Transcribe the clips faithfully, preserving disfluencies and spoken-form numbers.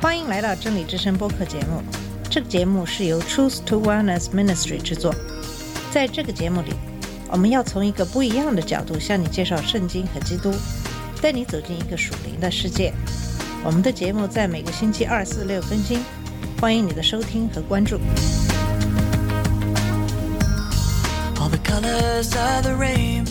欢迎来到真理之声播客节目。这个节目是由 Truth to Wellness Ministry 制作。在这个节目里，我们要从一个不一样的角度向你介绍圣经和基督，带你走进一个属灵的世界。我们的节目在每个星期二、四、六更新，欢迎你的收听和关注。All the colors of the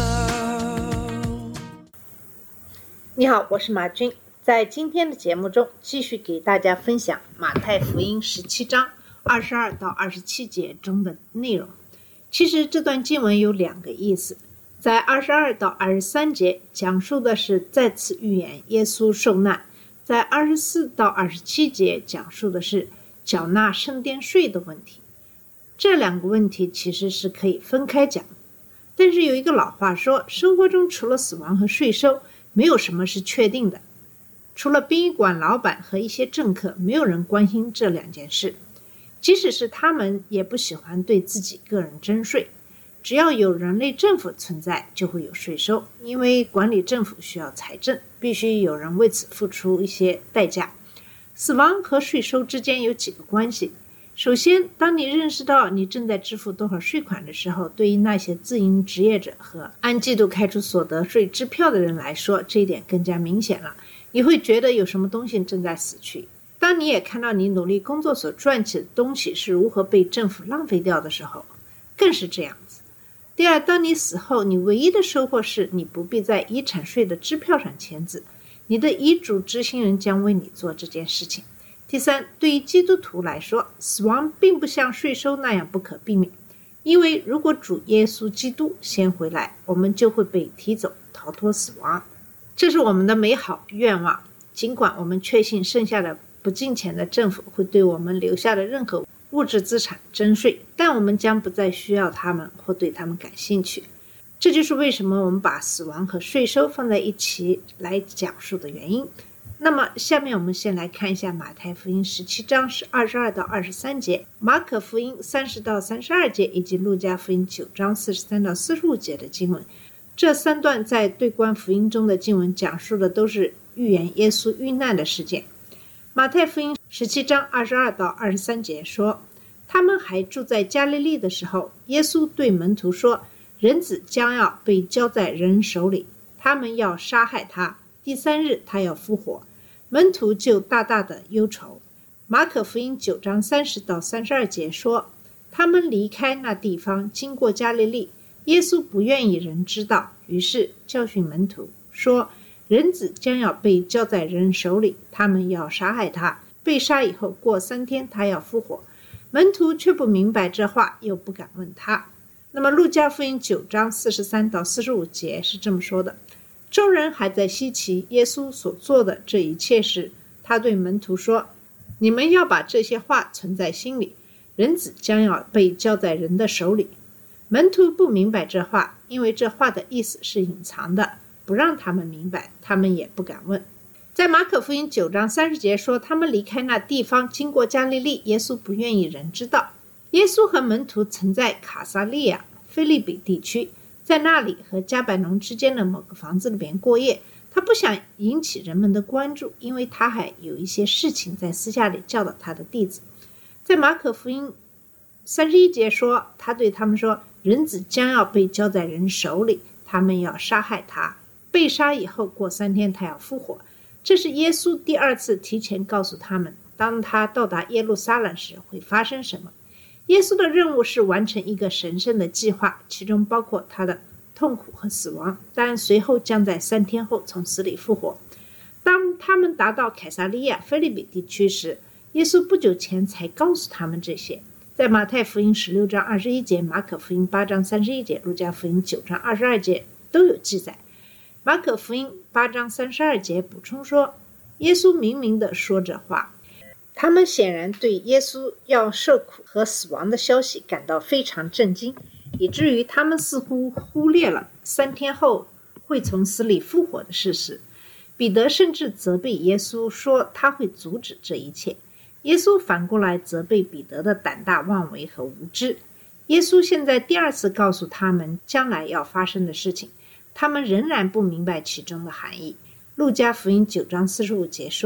rainbow。 你好，我是马军。在今天的节目中，继续给大家分享马太福音十七章二十二到二十七节中的内容。其实这段经文有两个意思，在二十二到二十三节讲述的是再次预言耶稣受难，在二十四到二十七节讲述的是缴纳圣殿税的问题。这两个问题其实是可以分开讲，但是有一个老话说，生活中除了死亡和税收，没有什么是确定的。除了殡仪馆老板和一些政客，没有人关心这两件事，即使是他们也不喜欢对自己个人征税。只要有人类政府存在，就会有税收，因为管理政府需要财政，必须有人为此付出一些代价。死亡和税收之间有几个关系。首先，当你认识到你正在支付多少税款的时候，对于那些自营职业者和按季度开出所得税支票的人来说，这一点更加明显了。你会觉得有什么东西正在死去。当你也看到你努力工作所赚取的东西是如何被政府浪费掉的时候，更是这样子。第二，当你死后，你唯一的收获是你不必在遗产税的支票上签字，你的遗嘱执行人将为你做这件事情。第三，对于基督徒来说，死亡并不像税收那样不可避免，因为如果主耶稣基督先回来，我们就会被提走，逃脱死亡。这是我们的美好愿望，尽管我们确信剩下的不敬虔的政府会对我们留下的任何物质资产征税，但我们将不再需要他们或对他们感兴趣。这就是为什么我们把死亡和税收放在一起来讲述的原因。那么下面我们先来看一下马太福音十七章是二十二到二十三节，马可福音三十到三十二节，以及路加福音九章四十三到四十五节的经文。这三段在对观福音中的经文讲述的都是预言耶稣遇难的事件。马太福音十七章二十二到二十三节说，他们还住在加利利的时候，耶稣对门徒说，人子将要被交在人手里，他们要杀害他，第三日他要复活。门徒就大大的忧愁。马可福音九章三十到三十二节说，他们离开那地方，经过加利利，耶稣不愿意人知道，于是教训门徒说，人子将要被交在人手里，他们要杀害他，被杀以后过三天他要复活。门徒却不明白这话，又不敢问他。那么路加福音九章四十三到四十五节是这么说的，众人还在稀奇耶稣所做的这一切时，他对门徒说，你们要把这些话存在心里，人子将要被交在人的手里。门徒不明白这话，因为这话的意思是隐藏的，不让他们明白，他们也不敢问。在马可福音九章三十节说，他们离开那地方，经过加利利，耶稣不愿意人知道。耶稣和门徒曾在卡撒利亚腓立比地区，在那里和加百农之间的某个房子里边过夜。他不想引起人们的关注，因为他还有一些事情在私下里教导他的弟子。在马可福音三十一节说，他对他们说，人子将要被交在人手里，他们要杀害他，被杀以后过三天他要复活。这是耶稣第二次提前告诉他们，当他到达耶路撒冷时会发生什么。耶稣的任务是完成一个神圣的计划，其中包括他的痛苦和死亡，但随后将在三天后从死里复活。当他们达到凯撒利亚腓立比地区时，耶稣不久前才告诉他们这些。在马太福音十六章二十一节，马可福音八章三十一节，路加福音九章二十二节都有记载。马可福音八章三十二节补充说，耶稣明明地说这话。他们显然对耶稣要受苦和死亡的消息感到非常震惊，以至于他们似乎忽略了三天后会从死里复活的事实。彼得甚至责备耶稣说他会阻止这一切。耶稣反过来责备彼得的胆大妄为和无知。耶稣现在第二次告诉他们将来要发生的事情，他们仍然不明白其中的含义。路加福音九章四十五节说，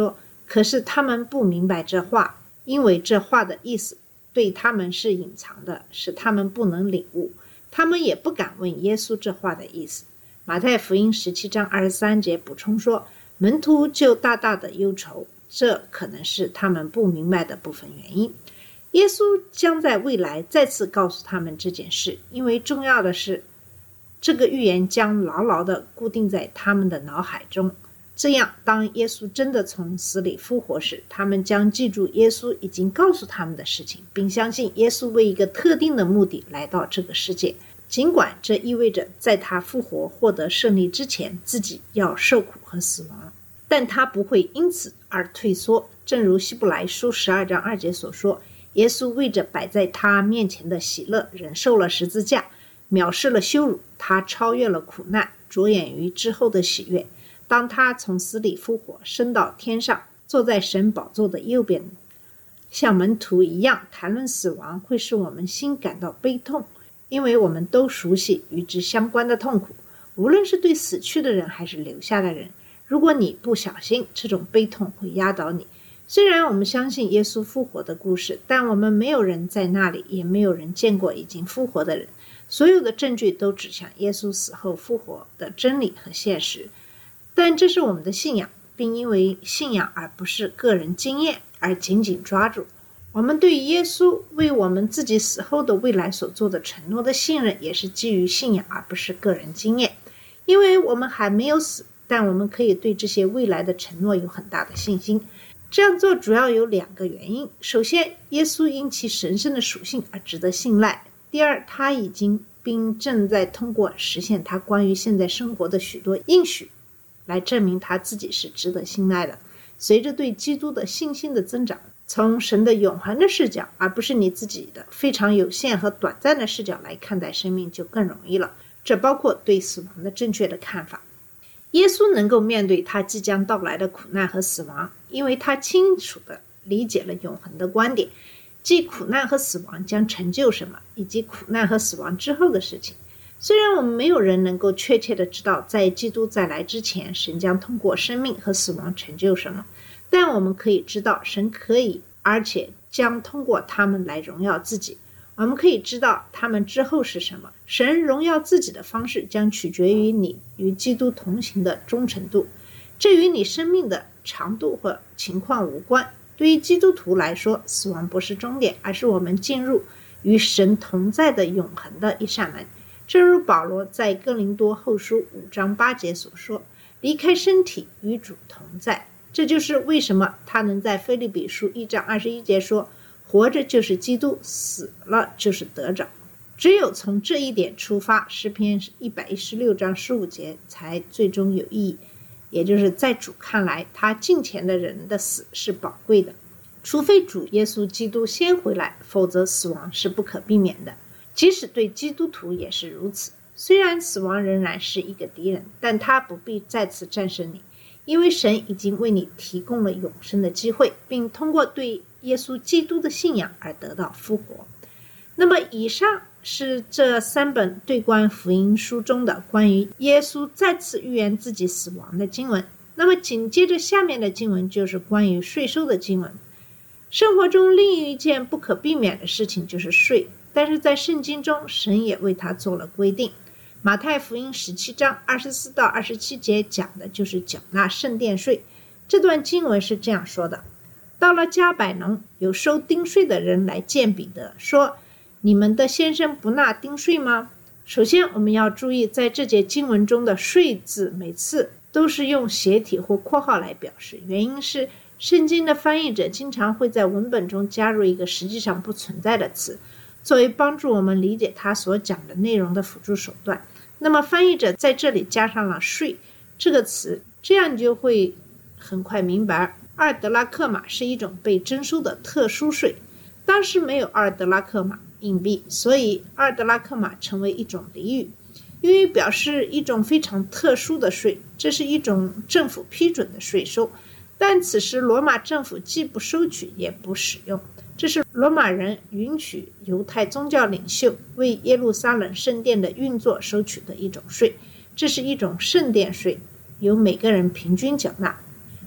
可是他们不明白这话，因为这话的意思对他们是隐藏的，使他们不能领悟，他们也不敢问耶稣这话的意思。马太福音十七章二十三节补充说，门徒就大大的忧愁，这可能是他们不明白的部分原因。耶稣将在未来再次告诉他们这件事，因为重要的是这个预言将牢牢地固定在他们的脑海中，这样当耶稣真的从死里复活时，他们将记住耶稣已经告诉他们的事情，并相信耶稣为一个特定的目的来到这个世界，尽管这意味着在他复活获得胜利之前自己要受苦和死亡，但他不会因此而退缩。正如希伯来书十二章二节所说，耶稣为着摆在他面前的喜乐，忍受了十字架，藐视了羞辱，他超越了苦难，着眼于之后的喜悦。当他从死里复活，升到天上，坐在神宝座的右边，像门徒一样谈论死亡，会使我们心感到悲痛，因为我们都熟悉与之相关的痛苦，无论是对死去的人还是留下的人。如果你不小心，这种悲痛会压倒你。虽然我们相信耶稣复活的故事，但我们没有人在那里，也没有人见过已经复活的人。所有的证据都指向耶稣死后复活的真理和现实，但这是我们的信仰，并因为信仰而不是个人经验而紧紧抓住。我们对于耶稣为我们自己死后的未来所做的承诺的信任，也是基于信仰而不是个人经验。因为我们还没有死，但我们可以对这些未来的承诺有很大的信心。这样做主要有两个原因。首先，耶稣因其神圣的属性而值得信赖。第二，他已经并正在通过实现他关于现在生活的许多应许来证明他自己是值得信赖的。随着对基督的信心的增长，从神的永恒的视角，而不是你自己的非常有限和短暂的视角来看待生命就更容易了。这包括对死亡的正确的看法。耶稣能够面对他即将到来的苦难和死亡，因为他清楚地理解了永恒的观点，即苦难和死亡将成就什么，以及苦难和死亡之后的事情。虽然我们没有人能够确切地知道在基督再来之前神将通过生命和死亡成就什么，但我们可以知道神可以而且将通过他们来荣耀自己。我们可以知道他们之后是什么。神荣耀自己的方式将取决于你与基督同行的忠诚度，这与你生命的长度或情况无关。对于基督徒来说，死亡不是终点，而是我们进入与神同在的永恒的一扇门。正如保罗在哥林多后书五章八节所说，离开身体与主同在。这就是为什么他能在腓立比书一章二十一节说，活着就是基督，死了就是得着。只有从这一点出发，诗篇一百一十六章十五节才最终有意义，也就是在主看来，他近前的人的死是宝贵的。除非主耶稣基督先回来，否则死亡是不可避免的。即使对基督徒也是如此。虽然死亡仍然是一个敌人，但他不必再次战胜你，因为神已经为你提供了永生的机会，并通过对耶稣基督的信仰而得到复活。那么以上是这三本对观福音书中的关于耶稣再次预言自己死亡的经文。那么紧接着下面的经文就是关于税收的经文。生活中另一件不可避免的事情就是税，但是在圣经中神也为它做了规定。马太福音十七章二十四到二十七节讲的就是缴纳圣殿税。这段经文是这样说的：到了加百农，有收丁税的人来见彼得，说，你们的先生不纳丁税吗？首先我们要注意，在这节经文中的税字每次都是用斜体或括号来表示，原因是圣经的翻译者经常会在文本中加入一个实际上不存在的词，作为帮助我们理解他所讲的内容的辅助手段。那么翻译者在这里加上了税这个词，这样你就会很快明白，二德拉克马是一种被征收的特殊税。当时没有二德拉克马硬币，所以二德拉克马成为一种俚语，因为表示一种非常特殊的税，这是一种政府批准的税收，但此时罗马政府既不收取也不使用，这是罗马人允许犹太宗教领袖为耶路撒冷圣殿的运作收取的一种税。这是一种圣殿税，由每个人平均缴纳。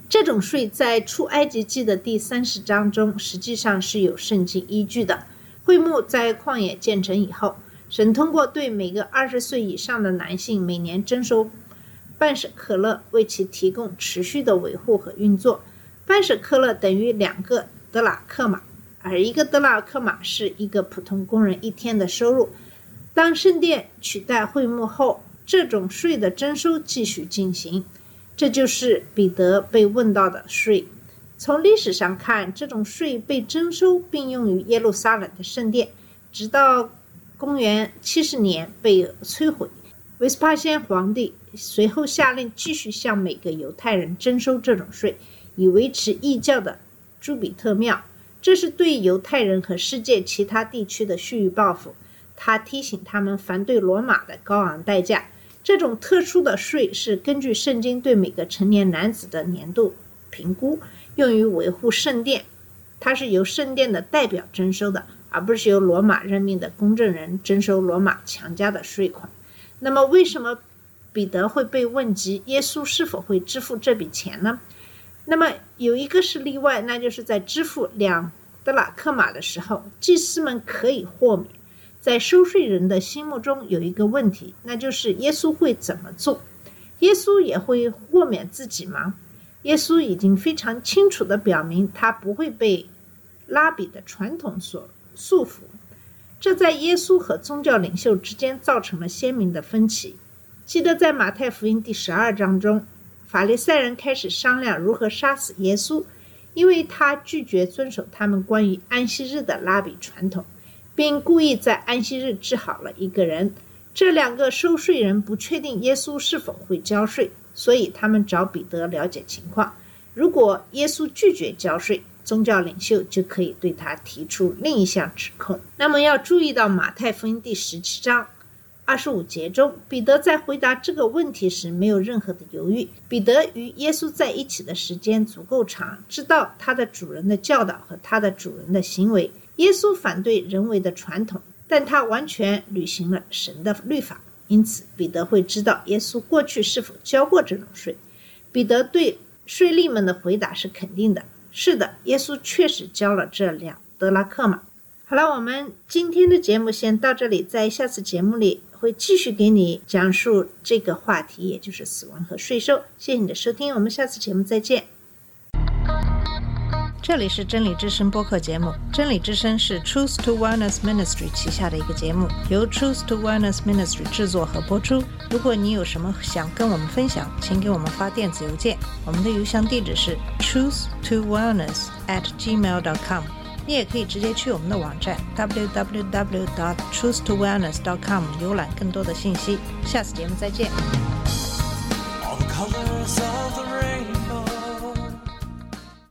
这种税在出埃及记的第三十章中实际上是有圣经依据的。会幕在旷野建成以后，神通过对每个二十岁以上的男性每年征收半舍克勒，为其提供持续的维护和运作。半舍克勒等于两个德拉克马，而一个德拉克马是一个普通工人一天的收入。当圣殿取代会幕后，这种税的征收继续进行，这就是彼得被问到的税。从历史上看，这种税被征收并用于耶路撒冷的圣殿，直到公元七十年被摧毁。维斯帕先皇帝随后下令继续向每个犹太人征收这种税，以维持异教的朱比特庙。这是对犹太人和世界其他地区的蓄意报复。他提醒他们反对罗马的高昂代价。这种特殊的税是根据圣经对每个成年男子的年度评估，用于维护圣殿。它是由圣殿的代表征收的，而不是由罗马任命的公证人征收罗马强加的税款。那么为什么彼得会被问及耶稣是否会支付这笔钱呢？那么有一个是例外，那就是在支付两德拉克马的时候，祭司们可以豁免。在收税人的心目中有一个问题，那就是耶稣会怎么做？耶稣也会豁免自己吗？耶稣已经非常清楚地表明，他不会被拉比的传统所束缚。这在耶稣和宗教领袖之间造成了鲜明的分歧。记得在马太福音第十二章中，法利赛人开始商量如何杀死耶稣，因为他拒绝遵守他们关于安息日的拉比传统，并故意在安息日治好了一个人。这两个收税人不确定耶稣是否会交税，所以他们找彼得了解情况。如果耶稣拒绝交税，宗教领袖就可以对他提出另一项指控。那么要注意到马太福音第十七章二十五节中，彼得在回答这个问题时没有任何的犹豫。彼得与耶稣在一起的时间足够长，知道他的主人的教导和他的主人的行为。耶稣反对人为的传统，但他完全履行了神的律法，因此彼得会知道耶稣过去是否交过这种税。彼得对税吏们的回答是肯定的，是的，耶稣确实交了这两德拉克马。好了，我们今天的节目先到这里，在下次节目里会继续给你讲述这个话题，也就是死亡和税收。谢谢你的收听，我们下次节目再见。这里是真理之声播客节目，真理之声是 Truth to Wellness Ministry 旗下的一个节目，由 Truth to Wellness Ministry 制作和播出。如果你有什么想跟我们分享，请给我们发电子邮件，我们的邮箱地址是 truth to wellness at gmail dot com。 你也可以直接去我们的网站 double-u double-u double-u dot truth to wellness dot com 浏览更多的信息。下次节目再见。